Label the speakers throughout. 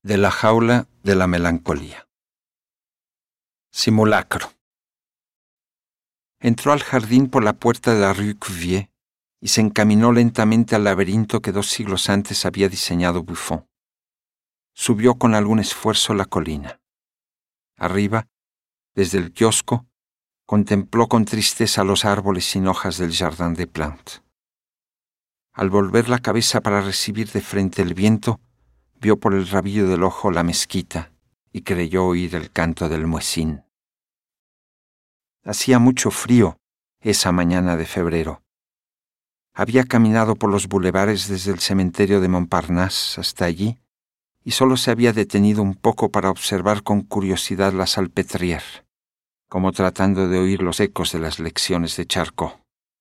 Speaker 1: De la jaula de la melancolía. Simulacro. Entró al jardín por la puerta de la Rue Cuvier y se encaminó lentamente al laberinto que 2 siglos antes había diseñado Buffon. Subió con algún esfuerzo la colina. Arriba, desde el kiosco, contempló con tristeza los árboles sin hojas del Jardin des Plantes. Al volver la cabeza para recibir de frente el viento, vio por el rabillo del ojo la mezquita y creyó oír el canto del muezín. Hacía mucho frío esa mañana de febrero. Había caminado por los bulevares desde el cementerio de Montparnasse hasta allí y solo se había detenido un poco para observar con curiosidad la Salpêtrière, como tratando de oír los ecos de las lecciones de Charcot.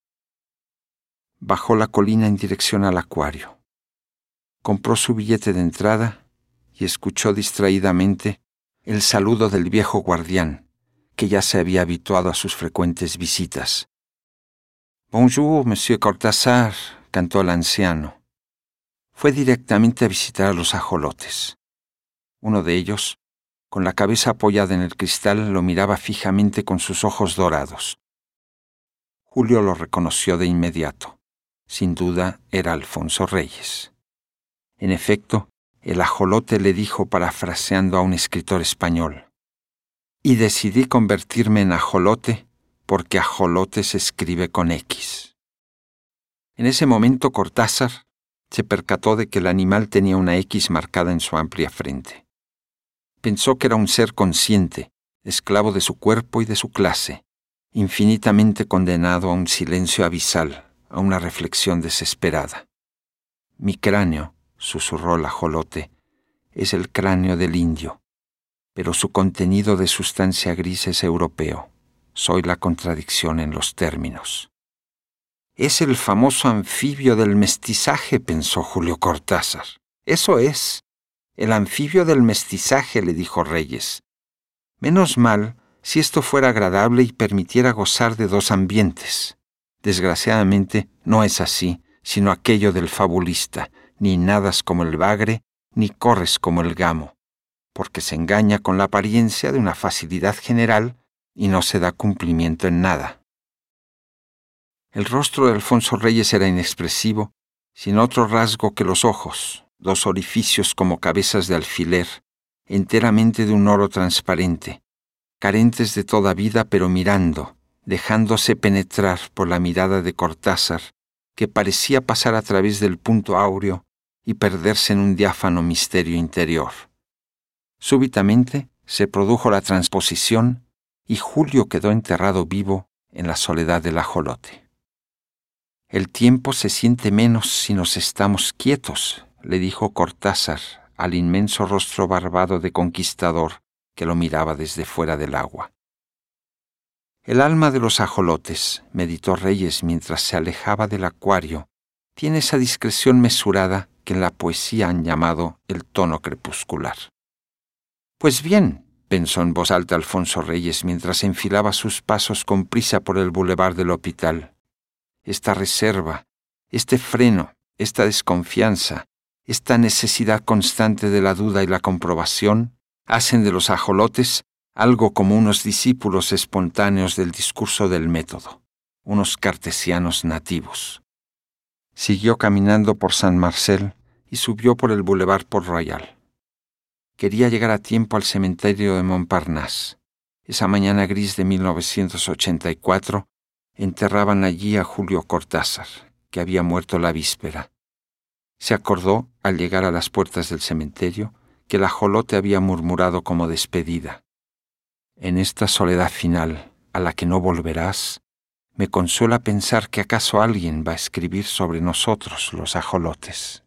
Speaker 1: Bajó la colina en dirección al acuario. Compró su billete de entrada y escuchó distraídamente el saludo del viejo guardián, que ya se había habituado a sus frecuentes visitas. «Bonjour, monsieur Cortázar», cantó el anciano. Fue directamente a visitar a los ajolotes. Uno de ellos, con la cabeza apoyada en el cristal, lo miraba fijamente con sus ojos dorados. Julio lo reconoció de inmediato. Sin duda era Alfonso Reyes. En efecto, el ajolote le dijo parafraseando a un escritor español: «Y decidí convertirme en ajolote porque ajolote se escribe con X». En ese momento Cortázar se percató de que el animal tenía una X marcada en su amplia frente. Pensó que era un ser consciente, esclavo de su cuerpo y de su clase, infinitamente condenado a un silencio abisal, a una reflexión desesperada. «Mi cráneo», susurró el ajolote, «es el cráneo del indio, pero su contenido de sustancia gris es europeo. Soy la contradicción en los términos». «Es el famoso anfibio del mestizaje», pensó Julio Cortázar. «Eso es, el anfibio del mestizaje», le dijo Reyes. «Menos mal si esto fuera agradable y permitiera gozar de 2 ambientes. Desgraciadamente no es así, sino aquello del fabulista. Ni nadas como el bagre, ni corres como el gamo, porque se engaña con la apariencia de una facilidad general y no se da cumplimiento en nada». El rostro de Alfonso Reyes era inexpresivo, sin otro rasgo que los ojos, 2 orificios como cabezas de alfiler, enteramente de un oro transparente, carentes de toda vida pero mirando, dejándose penetrar por la mirada de Cortázar, que parecía pasar a través del punto áureo y perderse en un diáfano misterio interior. Súbitamente se produjo la transposición y Julio quedó enterrado vivo en la soledad del ajolote. «El tiempo se siente menos si nos estamos quietos», le dijo Cortázar al inmenso rostro barbado de conquistador que lo miraba desde fuera del agua. «El alma de los ajolotes», meditó Reyes mientras se alejaba del acuario, «tiene esa discreción mesurada que en la poesía han llamado el tono crepuscular». «Pues bien», pensó en voz alta Alfonso Reyes mientras enfilaba sus pasos con prisa por el boulevard del Hospital, «esta reserva, este freno, esta desconfianza, esta necesidad constante de la duda y la comprobación, hacen de los ajolotes algo como unos discípulos espontáneos del discurso del método, unos cartesianos nativos». Siguió caminando por Saint-Marcel y subió por el boulevard Port-Royal. Quería llegar a tiempo al cementerio de Montparnasse. Esa mañana gris de 1984 enterraban allí a Julio Cortázar, que había muerto la víspera. Se acordó, al llegar a las puertas del cementerio, que el ajolote había murmurado como despedida: «En esta soledad final, a la que no volverás, me consuela pensar que acaso alguien va a escribir sobre nosotros los ajolotes».